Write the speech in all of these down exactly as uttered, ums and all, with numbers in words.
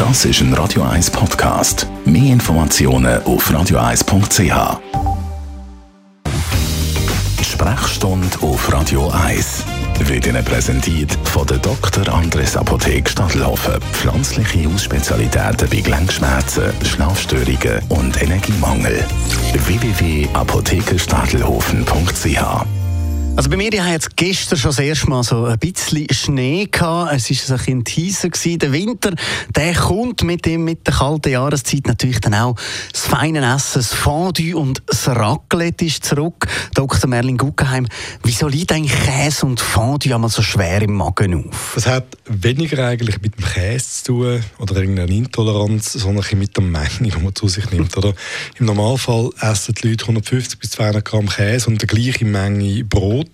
Das ist ein Radio eins Podcast. Mehr Informationen auf radio eins punkt c h. Die Sprechstunde auf Radio eins wird Ihnen präsentiert von der Doktor Andres Apotheke Stadtlaufen. Pflanzliche Hausspezialitäten bei Gelenkschmerzen, Schlafstörungen und Energiemangel. w w w punkt apothekerstadelhofen punkt c h. Also bei mir hatte jetzt gestern schon das erste Mal so ein bisschen Schnee gehabt. Es war so ein Teaser gewesen. Der Winter, der kommt mit, dem, mit der kalten Jahreszeit natürlich dann auch das feine Essen, das Fondue und das Raclette ist zurück. Doktor Merlin Guggenheim, wieso liegt eigentlich Käse und Fondue einmal so schwer im Magen auf? Das hat weniger eigentlich mit dem Käse zu tun oder irgendeiner Intoleranz, sondern mit der Menge, die man zu sich nimmt. Oder? Im Normalfall essen die Leute hundertfünfzig bis zweihundert Gramm Käse und die gleiche Menge Brot.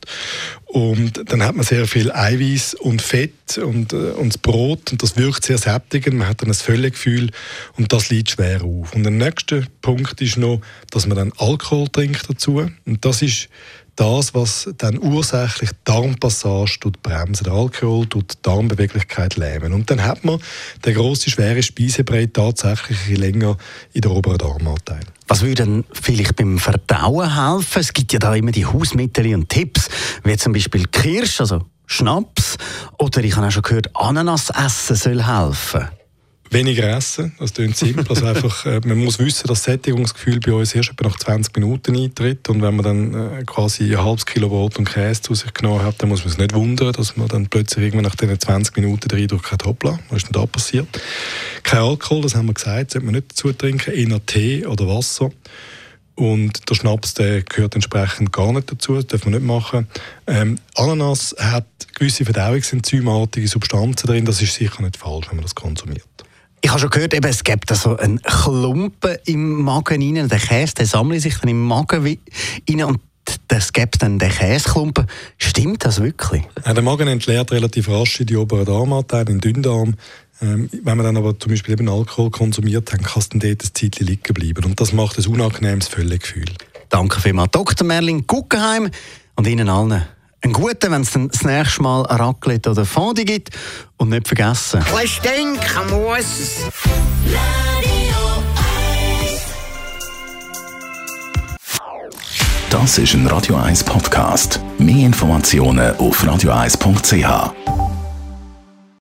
Und dann hat man sehr viel Eiweiß und Fett und, äh, und das Brot und das wirkt sehr sättigend, man hat dann ein Völlegefühl und das liegt schwer auf. Und der nächste Punkt ist noch, dass man dann Alkohol trinkt dazu und das ist das, was dann ursächlich die Darmpassage bremsen. Der Alkohol tut die Darmbeweglichkeit lähmen. Und dann hat man den grossen, schweren Speisebrei tatsächlich ein bisschen länger in der oberen Darmanteil. Was würde denn vielleicht beim Verdauen helfen? Es gibt ja da immer die Hausmittel und Tipps, wie zum Beispiel Kirsch, also Schnaps, oder ich habe auch schon gehört, Ananas essen soll helfen. Weniger essen, das klingt simpel. Also einfach, äh, man muss wissen, dass das Sättigungsgefühl bei uns erst etwa nach zwanzig Minuten eintritt. Und wenn man dann äh, quasi ein halbes Kilo Brot und Käse zu sich genommen hat, dann muss man es nicht wundern, dass man dann plötzlich irgendwann nach diesen zwanzig Minuten den Eindruck hat, hoppla, was ist denn da passiert? Kein Alkohol, das haben wir gesagt, sollte man nicht dazu trinken, eher Tee oder Wasser. Und der Schnaps, der gehört entsprechend gar nicht dazu, das darf man nicht machen. Ähm, Ananas hat gewisse verdauungsenzymartige Substanzen drin, das ist sicher nicht falsch, wenn man das konsumiert. Ich habe schon gehört, eben, es gibt so einen Klumpen im Magen rein. Der Käse, der sammelt sich dann im Magen rein und es gibt dann den Käseklumpen. Stimmt das wirklich? Ja, der Magen entleert relativ rasch in die oberen Darmanteile, in den Dünndarm. Ähm, wenn man dann aber zum Beispiel eben Alkohol konsumiert, dann kann es dann dort ein Zeitchen liegen bleiben. Und das macht ein unangenehmes Völlegefühl. Danke vielmals, Doktor Merlin Guggenheim. Und Ihnen allen einen guten, wenn es dann das nächste Mal ein Raclette oder Fondue gibt. Und nicht vergessen. Was denken muss. Das ist ein Radio eins Podcast. Mehr Informationen auf radio eins punkt c h.